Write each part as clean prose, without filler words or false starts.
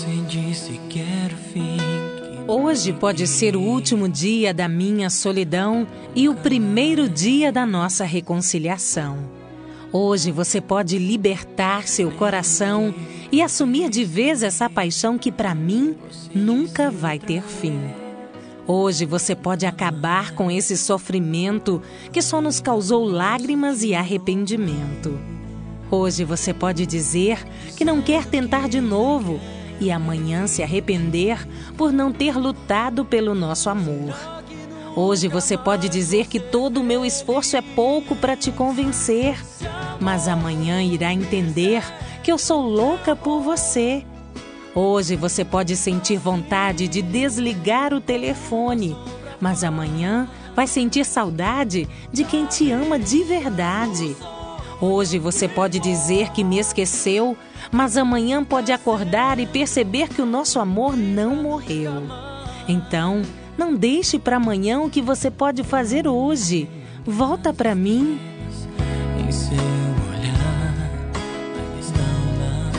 Hoje pode ser o último dia da minha solidão e o primeiro dia da nossa reconciliação. Hoje você pode libertar seu coração e assumir de vez essa paixão que para mim nunca vai ter fim. Hoje você pode acabar com esse sofrimento que só nos causou lágrimas e arrependimento. Hoje você pode dizer que não quer tentar de novo e amanhã se arrepender por não ter lutado pelo nosso amor. Hoje você pode dizer que todo o meu esforço é pouco para te convencer, mas amanhã irá entender que eu sou louca por você. Hoje você pode sentir vontade de desligar o telefone, mas amanhã vai sentir saudade de quem te ama de verdade. Hoje você pode dizer que me esqueceu, mas amanhã pode acordar e perceber que o nosso amor não morreu. Então, não deixe para amanhã o que você pode fazer hoje. Volta para mim. Em seu olhar, ainda estão lá.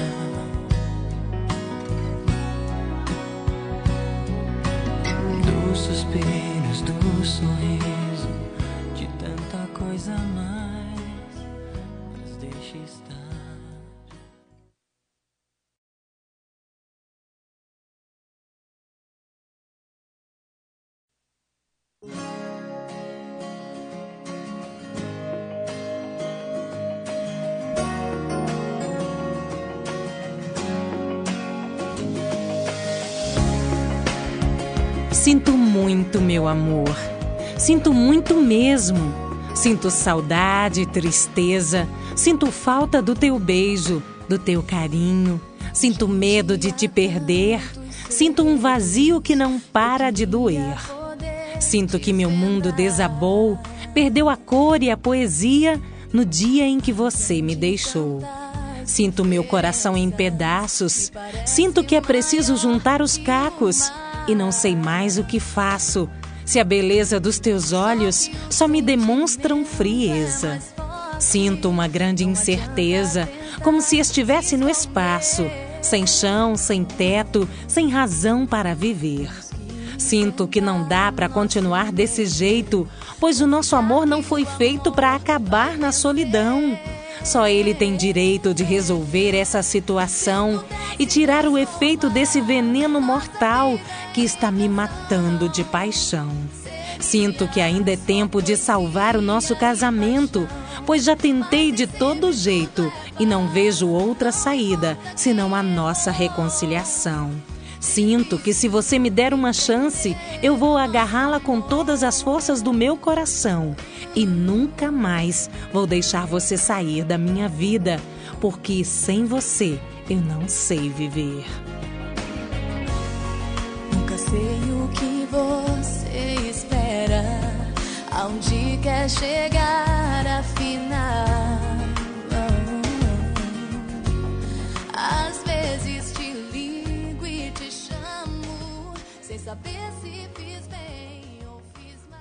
Dos suspiros, do sorriso, de tanta coisa a mais, mas deixe estar. Sinto muito, meu amor. Sinto muito mesmo. Sinto saudade, tristeza. Sinto falta do teu beijo, do teu carinho. Sinto medo de te perder. Sinto um vazio que não para de doer. Sinto que meu mundo desabou, perdeu a cor e a poesia no dia em que você me deixou. Sinto meu coração em pedaços. Sinto que é preciso juntar os cacos. E não sei mais o que faço, se a beleza dos teus olhos só me demonstram frieza. Sinto uma grande incerteza, como se estivesse no espaço, sem chão, sem teto, sem razão para viver. Sinto que não dá para continuar desse jeito, pois o nosso amor não foi feito para acabar na solidão. Só ele tem direito de resolver essa situação e tirar o efeito desse veneno mortal que está me matando de paixão. Sinto que ainda é tempo de salvar o nosso casamento, pois já tentei de todo jeito e não vejo outra saída senão a nossa reconciliação. Sinto que se você me der uma chance, eu vou agarrá-la com todas as forças do meu coração e nunca mais vou deixar você sair da minha vida, porque sem você eu não sei viver. Nunca sei o que você espera, aonde quer chegar afinal. Às vezes te ligo e te chamo, sem saber se fiz bem ou fiz mal.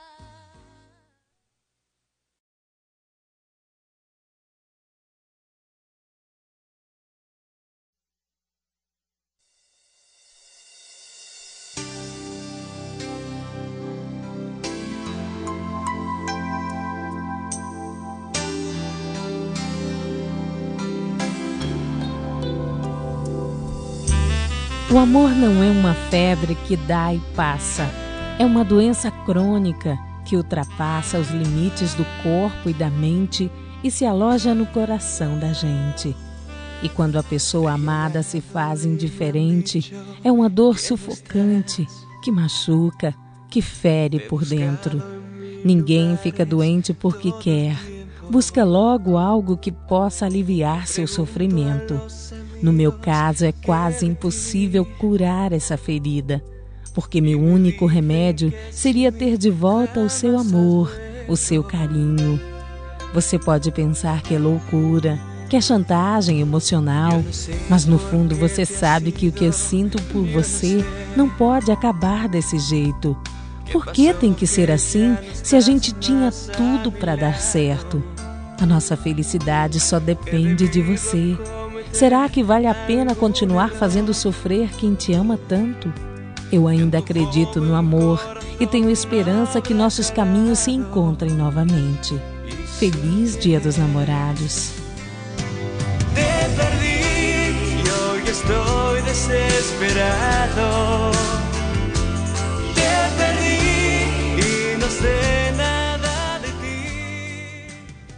O amor não é uma febre que dá e passa. É uma doença crônica que ultrapassa os limites do corpo e da mente e se aloja no coração da gente. E quando a pessoa amada se faz indiferente, é uma dor sufocante que machuca, que fere por dentro. Ninguém fica doente porque quer. Busca logo algo que possa aliviar seu sofrimento. No meu caso, é quase impossível curar essa ferida, porque meu único remédio seria ter de volta o seu amor, o seu carinho. Você pode pensar que é loucura, que é chantagem emocional, mas no fundo você sabe que o que eu sinto por você não pode acabar desse jeito. Por que tem que ser assim se a gente tinha tudo para dar certo? A nossa felicidade só depende de você. Será que vale a pena continuar fazendo sofrer quem te ama tanto? Eu ainda acredito no amor e tenho esperança que nossos caminhos se encontrem novamente. Feliz Dia dos Namorados. Te perdí y hoy estoy desesperado. Te perdí y no sé nada de ti.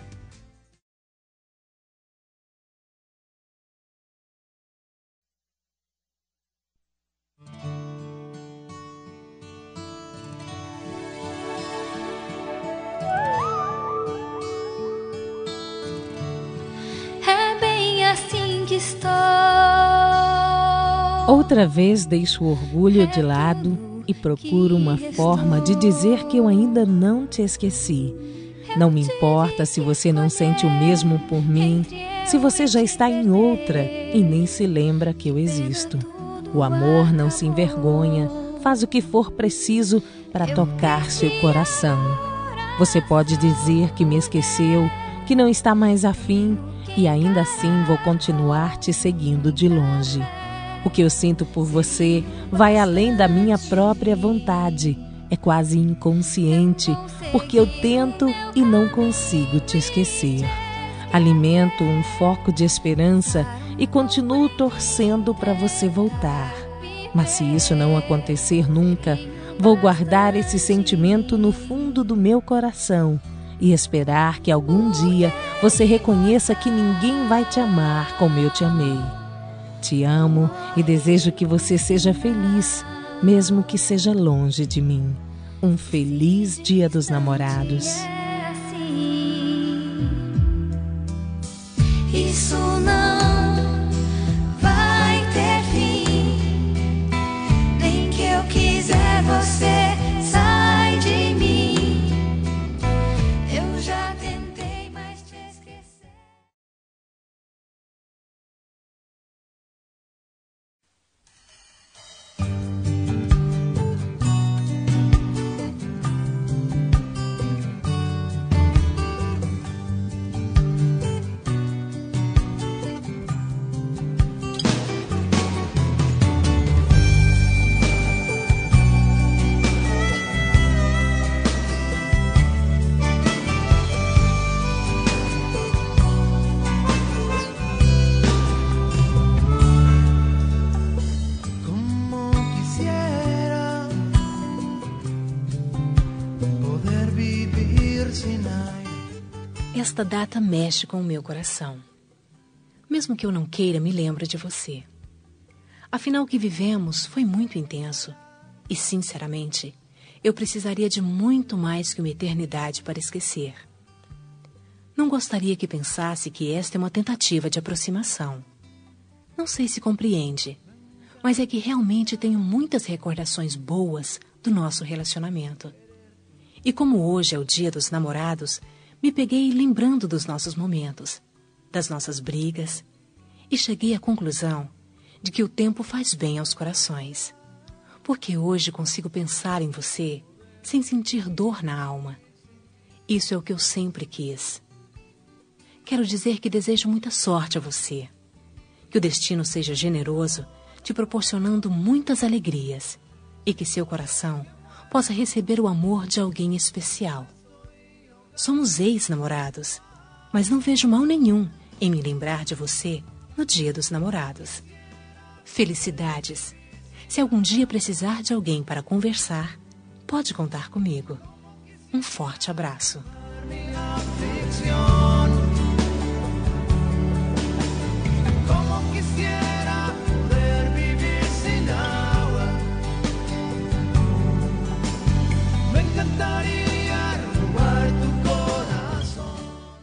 É bem assim que estou. Outra vez deixo o orgulho de lado e procuro uma forma de dizer que eu ainda não te esqueci. Não me importa se você não sente o mesmo por mim, se você já está em outra e nem se lembra que eu existo. O amor não se envergonha, faz o que for preciso para tocar seu coração. Você pode dizer que me esqueceu, que não está mais afim, e ainda assim vou continuar te seguindo de longe. O que eu sinto por você vai além da minha própria vontade. É quase inconsciente, porque eu tento e não consigo te esquecer. Alimento um foco de esperança e continuo torcendo para você voltar. Mas se isso não acontecer nunca, vou guardar esse sentimento no fundo do meu coração e esperar que algum dia você reconheça que ninguém vai te amar como eu te amei. Te amo e desejo que você seja feliz, mesmo que seja longe de mim. Um feliz Dia dos Namorados. Isso não vai ter fim. Nem que eu quiser, você sai de mim. Eu já tentei, mas te esquecer. Como quisiera poder vivir sin aire. Esta data mexe com o meu coração. Mesmo que eu não queira, me lembro de você. Afinal, o que vivemos foi muito intenso. E, sinceramente, eu precisaria de muito mais que uma eternidade para esquecer. Não gostaria que pensasse que esta é uma tentativa de aproximação. Não sei se compreende, mas é que realmente tenho muitas recordações boas do nosso relacionamento. E como hoje é o Dia dos Namorados, me peguei lembrando dos nossos momentos, das nossas brigas, e cheguei à conclusão de que o tempo faz bem aos corações. Porque hoje consigo pensar em você sem sentir dor na alma. Isso é o que eu sempre quis. Quero dizer que desejo muita sorte a você. Que o destino seja generoso, te proporcionando muitas alegrias, e que seu coração possa receber o amor de alguém especial. Somos ex-namorados, mas não vejo mal nenhum em me lembrar de você no Dia dos Namorados. Felicidades! Se algum dia precisar de alguém para conversar, pode contar comigo. Um forte abraço. Como quisiera poder vivir sin agua. Me encantaría robar tu corazón.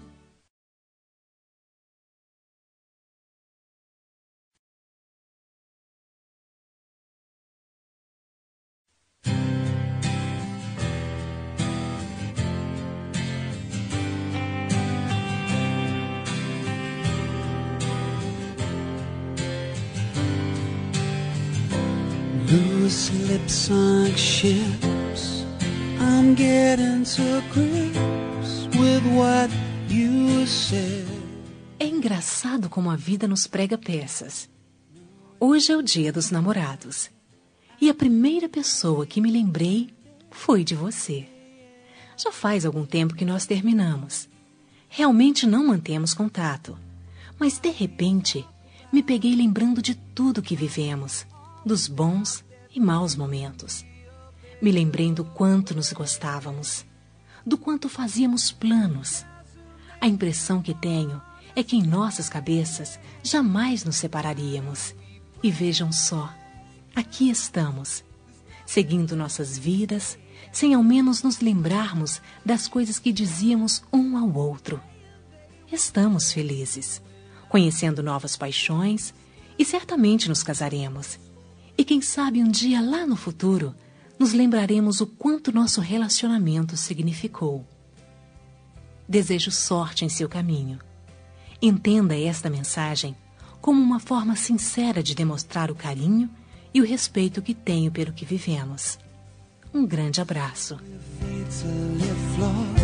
Loose lips like ships, I'm getting to grips with what you said. É engraçado como a vida nos prega peças. Hoje é o dia dos namorados. E a primeira pessoa que me lembrei foi de você. Já faz algum tempo que nós terminamos. Realmente não mantemos contato. Mas, de repente, me peguei lembrando de tudo que vivemos, dos bons e maus momentos. Me lembrei do quanto nos gostávamos, do quanto fazíamos planos. A impressão que tenho é que em nossas cabeças jamais nos separaríamos. E vejam só, aqui estamos, seguindo nossas vidas, sem ao menos nos lembrarmos das coisas que dizíamos um ao outro. Estamos felizes, conhecendo novas paixões e certamente nos casaremos. E quem sabe um dia lá no futuro nos lembraremos o quanto nosso relacionamento significou. Desejo sorte em seu caminho. Entenda esta mensagem como uma forma sincera de demonstrar o carinho e o respeito que tenho pelo que vivemos. Um grande abraço. Fates a live floor.